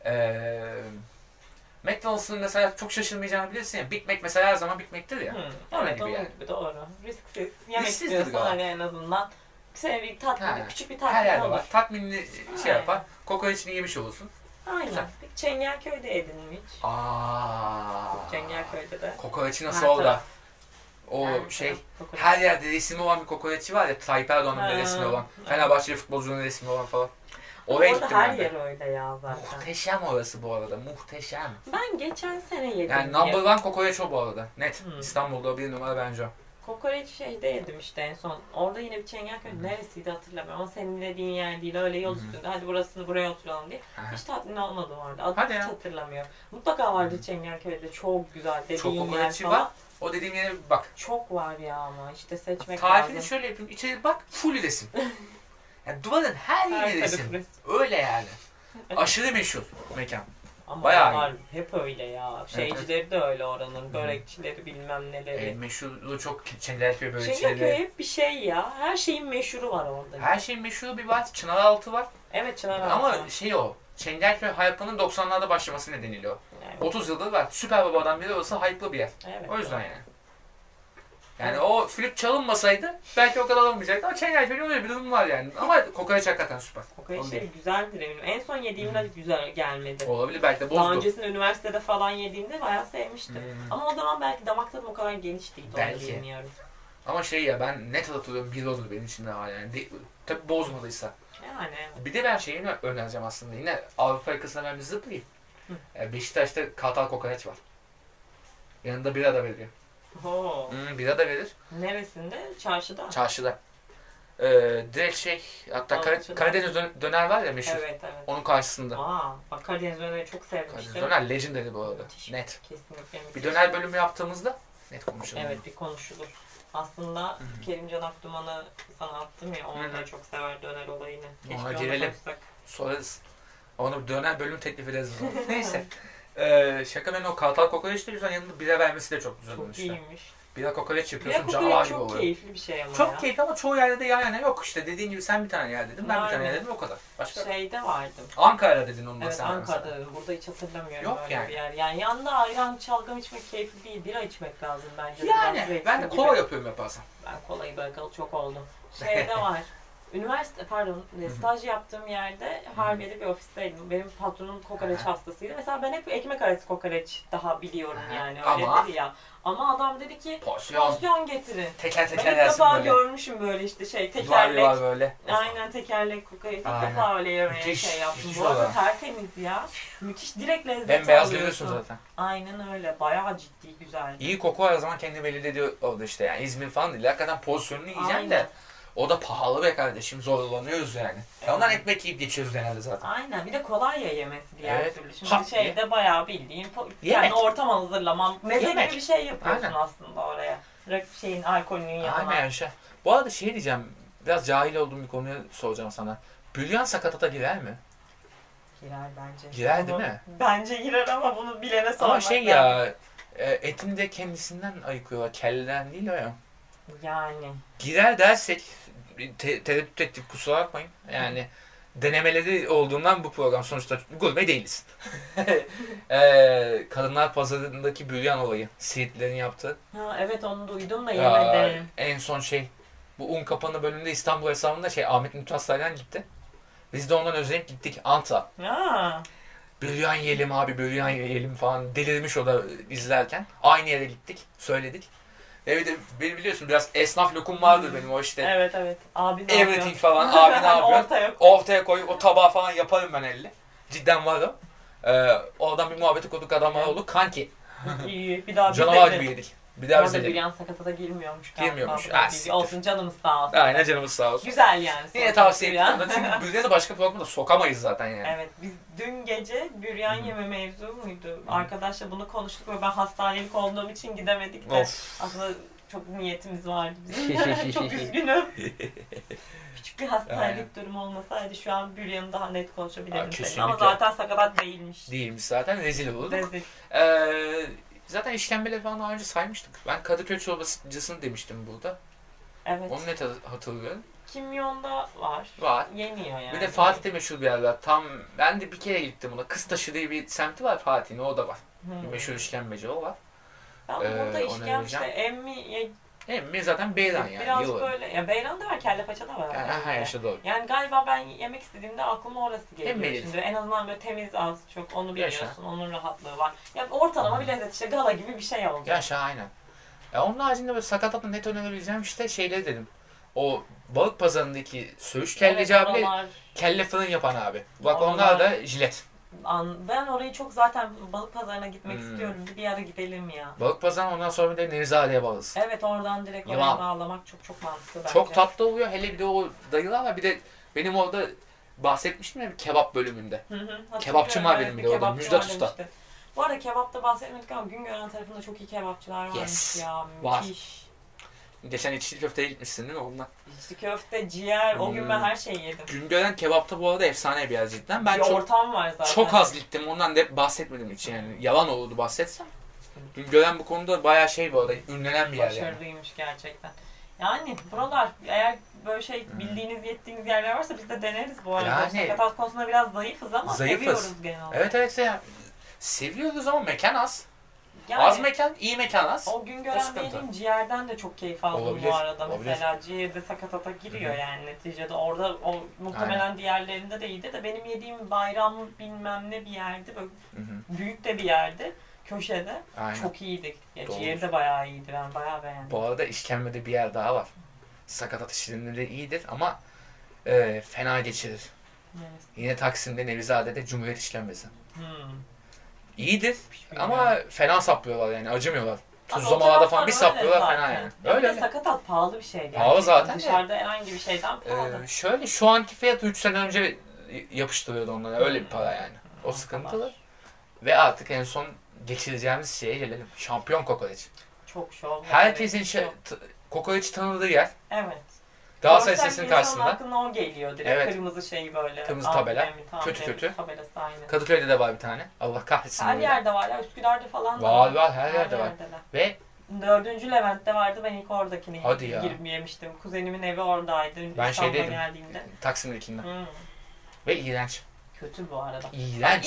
McDonald's'ın mesela çok şaşırmayacağını bilirsin ya. Big Mac mesela her zaman Big Mac'tir ya. Onun Evet, gibi onun yani. gibi doğru. Risksiz. Yemek Risksizdir istiyorsan Gala. hani en azından senin bir tatmin, Ha. küçük bir Her tatmin yerde olur. var. Tatminli Aynen. şey yapar. Kokoreçini yemiş olursun. Aynen. Güzel. Peki Çengelköy'de yedin mi hiç? Çengelköy'de de. Kokoreçi nasıl Her orada? taraf. O Yani şey, kokoreç. her yerde resmi olan bir kokoreççi var ya, Tayyip Erdoğan'ın bile Ha. resmi olan. Evet. Fenerbahçeli futbolcunun resmi olan falan. Oraya Orada gittim her ben de. yer öyle ya zaten. Muhteşem orası bu arada, muhteşem. Ben geçen sene yedim. Yani ya. number one kokoreç o bu arada. Net. Hmm. İstanbul'da bir numara bence o. Kokoreç şeyde yedim işte en son. Orada yine bir Çengelköy Hı. neresiydi hatırlamıyorum ama senin dediğin yer değil. Öyle yol Hı. üstünde. Hadi burasını buraya oturalım diye. Aha. Hiç tatmin olmadım orada. Adını Hadi hiç ya. hatırlamıyorum. Mutlaka vardı Hı. Çengelköy'de. Çok güzel dediğin Çok yer kokoreççi falan. var. O dediğim yere bir bak. Çok var ya ama işte seçmek Tarifini lazım. şöyle yapayım. İçeri bak, full resim. Yani duvarın her Her yeri tarafı resim. resim. Öyle yani. Aşırı meşhur mekan. Ama Bayağı onlar hep öyle ya. Şeycileri de öyle oranın. Hı. Börekçileri bilmem neleri. Meşhurluğu çok Çengelköy böyle Çengelköy şeyleri. hep bir şey ya. Her şeyin meşhuru var orada. Her şeyin meşhuru bir var. Çınaraltı var. Evet Çınar Ama Altı. şey o. Çengelköy hype'ının 90'larda başlaması nedeniyle o. Evet. 30 yıldır var. Süper Baba'dan beri orası hype'lı bir yer. Evet, O yüzden doğru. yani. Yani o flüt çalınmasaydı belki o kadar olmayacaktı ama Çengelköy'ün öyle bir durum var yani. Ama kokoreç hakikaten süper. Kokoreçleri güzeldir eminim. En son yediğimde güzel gelmedi. Olabilir, belki de Daha bozdu. öncesinde üniversitede falan yediğimde bayağı sevmiştim. Hmm. Ama o zaman belki damak tadım o kadar geniş değildi. Onu Belki. bilmiyorum. Ama şey ya, ben net hatırlıyorum, bir olur benim için de hala yani. Tabii bozmadıysa. Yani Bir de ben şeyini önereceğim aslında. Yine Avrupa yakasına ben bir zıplayayım. Beşiktaş'ta Kartal kokoreç var. Yanında bira da veriyor. ho. Bira da verir. Neresinde? Çarşıda. Çarşıda. Direkt şey, hatta Altıda. Karadeniz döner var ya meşhur. Evet evet. Onun karşısında. Bak Karadeniz döneri çok Karadeniz sevmiştim. döner legendary bu arada. Müthiş. Net. Kesinlikle müthiş. Bir döner bölümü yaptığımızda net konuşalım. Evet bir konuşulur. Aslında Kerimcan Akduman'ı sana attım ya, onu da çok sever döner olayını. Keşke Ona onu girelim. konuşsak. Sorarız. Ona bir döner bölüm teklif ederiz. Neyse. Şaka, ben o Kartal kokoreç de güzel, yanında bira vermesi de çok güzel Çok işte. iyiymiş. Bira kokoreç Bir yapıyorsun, de canavar kokoreç gibi çok oluyor. keyifli bir şey ama ya. Çok keyifli ama çoğu yerde de yan yana yok işte. Dediğin gibi sen bir tane yer dedin, ben bir tane yer dedim, o kadar. Başka? Şeyde vardım. Ankara'da dedin onu da Evet sen Ankara'da mesela. dedim. Burada hiç hatırlamıyorum Yok öyle yani. bir yer. Yani yanında ayran çalgam içmek keyifli değil. Bira içmek lazım bence. Yani Biraz zevkli ben de gibi. kola yapıyorum yaparsam. Ben kolayı bırakalı çok oldu. Şeyde var. Staj yaptığım yerde Harbiye'de bir ofisteydim. Benim patronum kokoreç hastasıydı. Mesela ben hep ekmek arası kokoreç daha biliyorum yani. Öyle Ama- dedi ya. Ama adam dedi ki Porsiyon. porsiyon getirin. Teker Ben teker ilk yersin defa böyle. görmüşüm böyle işte şey Var tekerlek. var böyle. Aynen tekerlek kokoreç. İlk Aynen. defa öyle yemeye Müthiş, şey yaptım. müthiş Bu arada olan. tertemiz ya. Müthiş direkt lezzet Bembeyaz alıyorsun. görüyorsun zaten. Aynen öyle. Bayağı ciddi güzel. İyi koku her zaman kendi belli ediyor orada işte yani. İzmir falan değil. Hakikaten pozisyonunu yiyeceksin de. Aynen. O da pahalı be kardeşim. Zorlanıyoruz yani. Evet. Ondan ekmek yiyip geçiyoruz genelde zaten. Aynen. Bir de kolay ya yemesi diğer Evet. türlü. Şimdi Ha, şeyde bayağı bildiğin Yemek. yani ortam hazırlaman. Meze Yemek. gibi bir şey yapıyorsun Aynen. aslında oraya. Şeyin alkolünün yanına. Aynen şey. Bu arada şey diyeceğim. Biraz cahil olduğum bir konuyu soracağım sana. Bülyan sakatata girer mi? Girer bence. Girer değil Bunu- mi? Bence girer ama bunu bilene sormak Ama şey lazım. ya, etini de kendisinden ayıkıyorlar. Kelleden değil o ya. Yani. Girer dersek tereddüt ettik, kusura bakmayın. Yani denemeleri olduğundan bu program sonuçta gurme değiliz. Kadınlar pazarındaki büryan olayı. Siirtlilerin yaptığı. Ha, evet onu duydum da yemedim. En son bu un kapanı bölümünde İstanbul hesabında Ahmet Mümtaz gitti. Biz de ondan özenip gittik Ant'a. Büryan yiyelim abi, büryan yiyelim falan. Delirmiş o da izlerken. Aynı yere gittik, söyledik. Evet, beni biliyorsun biraz esnaf lokum vardır benim o işte. Evet. Abi ne everything yapıyor? falan. Abi ne yapıyor? Ortaya koyup o tabağı falan yaparım ben elle. Cidden var o. Oradan bir muhabbeti kurduk, adamlar oldu. Kanki. İyi. Bir daha canavar gibi yedik. Bir daha orada büryan sakatata girmiyormuş. Girmiyormuş. Olsun canımız sağ olsun. Aynen canımız sağ olsun. Güzel yani. Yine tavsiye ederim. Çünkü büryanı başka programda sokamayız zaten yani. Evet. Biz dün gece büryan yeme mevzu muydu? Arkadaşla bunu konuştuk ve ben hastanelik olduğum için gidemedik de. Aslında çok niyetimiz vardı bizim. Çok üzgünüm. Küçük bir hastanelik durumu olmasaydı şu an büryanı daha net konuşabilirdim. Ama zaten sakatat değilmiş. Değilmiş zaten. Rezil olurduk. Zaten işkembeleri falan daha önce saymıştık. Ben Kadıköy çorbacısını demiştim burada. Evet. Onu net hatırlıyorum. Kimyon'da var. Yeniyor yani. Bir de Fatih'te meşhur bir yer var. Ben de bir kere gittim ona. Kıztaşı diye bir semti var Fatih'in. O da var. Bir meşhur işkembeci o var. Ben burada işkembe Emmi zaten beyran yani. Birazcık böyle. Ya beyran da var, kelle paça da var. Yani her yaşta doğru. Yani galiba ben yemek istediğimde aklıma orası geliyor. Şimdi en azından böyle temiz, az çok onu biliyorsun. Onun rahatlığı var. Yani ortalama bir lezzet, işte gala gibi bir şey olacak. Yaşa aynen. Onun haricinde böyle sakatatla net önerebileceğim şeyleri dedim. O balık pazarındaki söğüş kelleci abi, kelle fırın yapan abi. Bak onlar da jilet. Ben orayı çok zaten balık pazarına gitmek istiyorum. Bir ara gidelim ya. Balık pazarına ondan sonra bir de Nevzade'ye bağlısın. Evet, oradan direkt oraya bağlamak çok mantıklı bence. Çok tatlı oluyor. Hele bir de o dayılar var. Bir de benim orada bahsetmiştim ya bir kebap bölümünde. Kebapçım var benim bir de orada. Müjdat Usta. Bu arada kebapta bahsetmedik ama Güngören tarafında çok iyi kebapçılar varmış ya. Müthiş. Geçen içli köfteye gitmişsin değil mi ondan? İçli köfte, ciğer, o gün ben her şeyi yedim. Güngören kebapta bu arada efsane bir yer cidden. Ben ortam var zaten. Çok az gittim, ondan da bahsetmedim hiç yani. Yalan olurdu bahsetsem. Güngören bu konuda bayağı bu arada, ünlenen bir yer yani. Başarılıymış gerçekten. Yani buralar, eğer böyle bildiğiniz, yettiğiniz yerler varsa biz de deneriz bu arada. Yani, sakatat konusunda biraz zayıfız ama seviyoruz genel olarak. Evet yani. Seviyoruz ama mekan az. Yani, az mekan, iyi mekan az. O Güngören dediğim ciğerden de çok keyif aldım bu arada. Mesela ciğerde sakatata giriyor yani neticede. Orada muhtemelen diğerlerinde de iyiydi de benim yediğim bayram bilmem ne bir yerdi. Böyle büyük de bir yerdi. Köşede. Çok iyiydi. Ciğeri de bayağı iyiydi. Ben bayağı beğendim. Bu arada işkembede bir yer daha var. Sakatat işlemleri iyidir ama fena geçirir. Evet. Yine Taksim'de Nevizade'de Cumhuriyet işkembesi. İyidir ama fena saplıyorlar yani, acımıyorlar. Tuzlamalarda falan bir saplıyorlar fena yani. Öyle. Sakatat pahalı bir şey yani. Pahalı zaten. Dışarıda herhangi bir şeyden pahalı. Şöyle şu anki fiyatı 3 sene önce yapıştırıyordu onlara, öyle bir para yani. O sıkıntılı. Ve artık en son geçireceğimiz şeye gelelim. Şampiyon kokoreç. Çok şov. Herkesin kokoreç tanıdığı yer. Evet. Galatasaray Lisesi'nin karşısında. Aklına o geliyor direkt. Evet. Kırmızı böyle. Kırmızı tabela. Kötü. Tabelası aynı. Kadıköy'de de var bir tane. Allah kahretsin. Her yerde var ya. Üsküdar'da falan da var. Var. Her yerde var. Ve 4. Levent'te vardı. Ben ilk oradakini girip yemiştim. Kuzenimin evi oradaydı. Ben geldiğimde. Taksim'dekinden. Ve iğrenç. Kötü bu arada. İğrenç.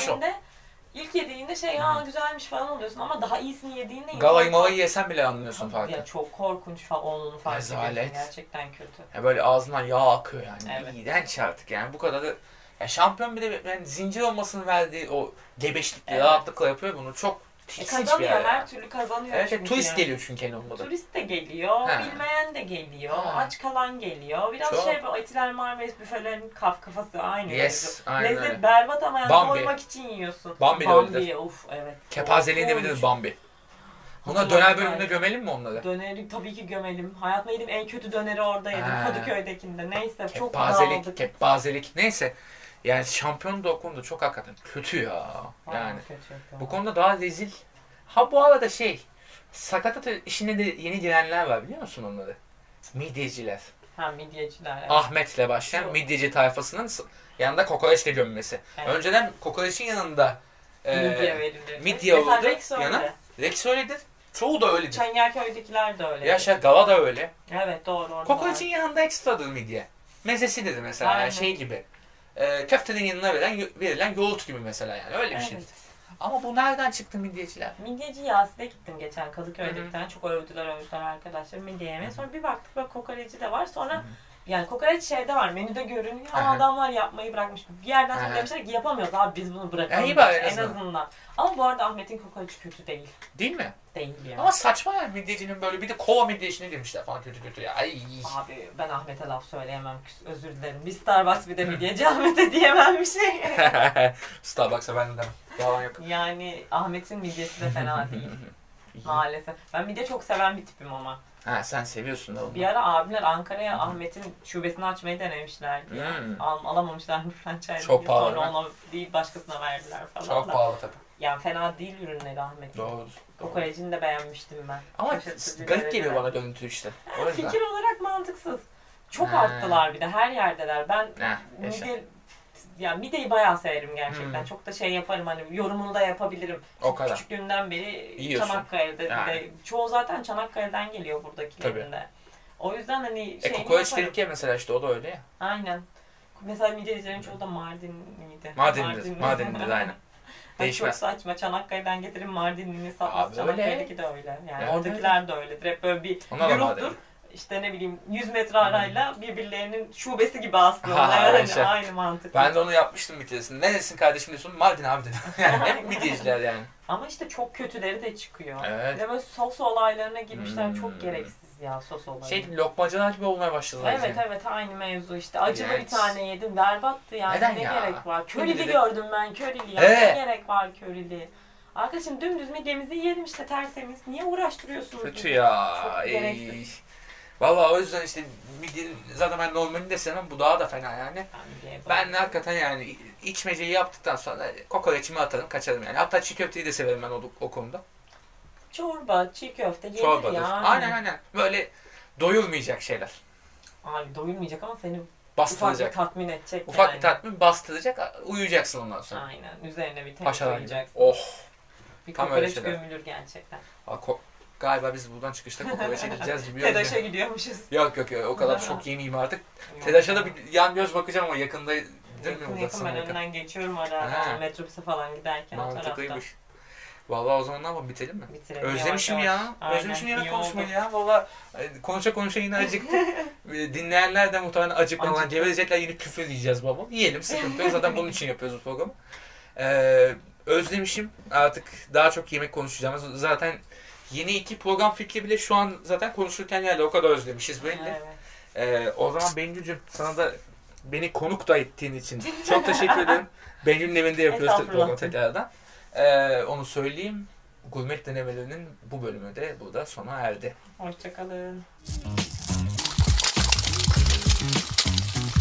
İlk yediğinde güzelmiş falan oluyorsun ama daha iyisini yediğinde galayı yesen bile anlıyorsun farkı. Ya çok korkunç falan olduğunu fark ediyorsun. Gerçekten kötü. Ya böyle ağzından yağ akıyor yani. Evet. İğrenç artık yani, bu kadar da. Ya şampiyon bir de yani zincir olmasının verdiği o gebeşlikle rahatlıkla yapıyor bunu. Çok tiksinç bir yer. Her türlü kazanıyor. Evet, turist geliyor çünkü en olmadı. Turist de geliyor, bilmeyen de geliyor, aç kalan geliyor. Biraz bu Etiler Marmaris büfelerin kafası aynı. Yes, aynen öyle. Lezzet berbat ama yani doymak için yiyorsun. Bambi of evet. Kepazeliğini bilir Bambi. Buna döner bölümünde gömelim mi onları? Döneri tabii ki gömelim. Hayatımda yediğim en kötü döneri orada yedim. Kadıköy'dekinde. Neyse çok Kepazelik. Neyse. Yani şampiyon da o konuda çok hakikaten kötü ya. Yani bu konuda daha rezil. Bu arada sakatat işine de yeni girenler var, biliyor musun onları? Midyeciler. Midyeciler. Evet. Ahmet'le başlayan midyeci tayfasının yanında kokoreçle gömmesi. Evet. Önceden kokoreçin yanında midye verilir. Midye olurdu. Rex öyledir. Çoğu da öyledir. Çengelköy'dekiler de öyle. Gala da öyle. Evet doğru. Kokoreçin yanında ekstradır midye. Mezesidir mesela. Aynen. Gibi. köftenin yanına verilen yoğurt gibi mesela yani öyle bir şey. Evet. Ama bu nereden çıktı midyeciler? Midyeci Yasin'e gittim geçen Kadıköy'de bir tane. Çok övdüler arkadaşlar midye yemeye. Sonra bir baktık böyle kokoreci de var. Sonra yani kokoreç şeyde var, menüde görünüyor ama adamlar yapmayı bırakmış. Bir yerden sonra demişler ki yapamıyoruz abi biz bunu bırakalım iyi bari en azından. Ama bu arada Ahmet'in kokoreci kötü değil. Değil mi? Değil yani. Ama saçma yani midyecinin böyle bir de kova midyecine demişler falan kötü ya. Ay. Abi ben Ahmet'e laf söyleyemem. Özür dilerim. Bir Starbucks bir de midyeci Ahmet'e diyemem bir şey. Starbucks'a ben de demem. Yalan yok. Yani Ahmet'in midyesi de fena değil. Maalesef. Ben midye çok seven bir tipim ama. Ha sen seviyorsun da onu. Bir ara abimler Ankara'ya Ahmet'in şubesini açmayı denemişlerdi. Alamamışlar franchise. Çok pahalı. Sonra ona değil başkasına verdiler falan. Çok pahalı tabii. Yani fena değil ürünleri Ahmet'in. Doğrudur. Kokorecini de beğenmiştim ben. Ama garip geliyor bana görüntü işte. Fikir olarak mantıksız. Çok arttılar bir de her yerdeler. Ben mideyi bayağı severim gerçekten. Çok da şey yaparım hani yorumunu da yapabilirim. O kadar. Küçüklüğümden beri Yiyorsun. Çanakkale'de Yani. de çoğu zaten Çanakkale'den geliyor buradakilerinde. O yüzden hani şeyini kokoreç yaparım. Türkiye mesela işte o da öyle ya. Aynen. Mesela midyecilerin çoğu da Mardinliydi. Mardin'dir aynen. Değişmez. Çok saçma. Çanakkale'den getirin Mardinli'ni satması. Abi öyle. Çanakkale'deki de öyle. Yani Evet, oradakiler de öyledir. Hep böyle bir gruptur. İşte ne bileyim 100 metre arayla birbirlerinin şubesi gibi aslında. Yani aynı mantık. Ben de onu yapmıştım bir keresinde. Neresin kardeşim diyorsun? Mardin abi dedim. Yani hep midyeciler yani. Ama işte çok kötüleri de çıkıyor. Evet. Bir de böyle sos olaylarına girmişler. Çok gereksiz ya sos olayı. Lokmacılar gibi olmaya başladılar. Evet yani. Evet aynı mevzu işte. Acılı bir tane yedim. Berbattı yani. Neden ne ya? gerek var? Körili gördüm ben. Körili ya. Evet. Ne gerek var körili? Arkadaşım dümdüz midyemizi yiyelim işte tertemiz. Niye uğraştırıyorsunuz? Kötü ya. Çok gereksiz. Vallahi o yüzden işte midyenin zaten ben normalini de sevmem. Bu daha da fena yani. Ben hakikaten yani içmeceyi yaptıktan sonra kokoreçimi atarım kaçarım yani. Hatta çiğ köfteyi de severim ben o konuda. Çorba, çiğ köfte yenir Çorbadır. ya. Aynen. Böyle doyulmayacak şeyler. Abi doyulmayacak ama seni Bastıracak. ufak bir tatmin edecek Ufak yani. bir tatmin bastıracak. Uyuyacaksın ondan sonra. Aynen. Üzerine bir tek Paşalar gibi. koyacaksın. Oh. Bir Tam öyle kokoreç şeyler. gömülür gerçekten. Galiba biz buradan çıkışta kokoreçe gideceğiz gibi. TEDAŞ'a gidiyormuşuz. Yok o kadar çok yeniyim artık. TEDAŞ'a da bir yan göz bakacağım ama yakında. Yakın ben önden geçiyorum arada. Metrobüse falan giderken o tarafta. Mantıklıymış. Vallahi o zaman ne yapalım bitelim mi? Bitirelim. Özlemişim yavaş. ya. Aynen, Özlemişim iyi yemek konuşmayı oldu. ya. Vallahi konuşa yine acıktık. Dinleyenler de muhtemelen acıkmadan geverecekler yine küfür diyeceğiz baba. Yiyelim sıkıntı yok. Zaten bunun için yapıyoruz bu programı. Özlemişim. Artık daha çok yemek konuşacağımız. Zaten yeni 2 program fikri bile şu an zaten konuşurken geldi. O kadar özlemişiz belli. Evet. O zaman Bengücüğüm sana da beni konuk da ettiğin için çok teşekkür ederim. Bengü'nün evinde yapıyoruz programı tekrardan. Onu söyleyeyim. Gurmet denemelerinin bu bölümü de burada sona erdi. Hoşçakalın.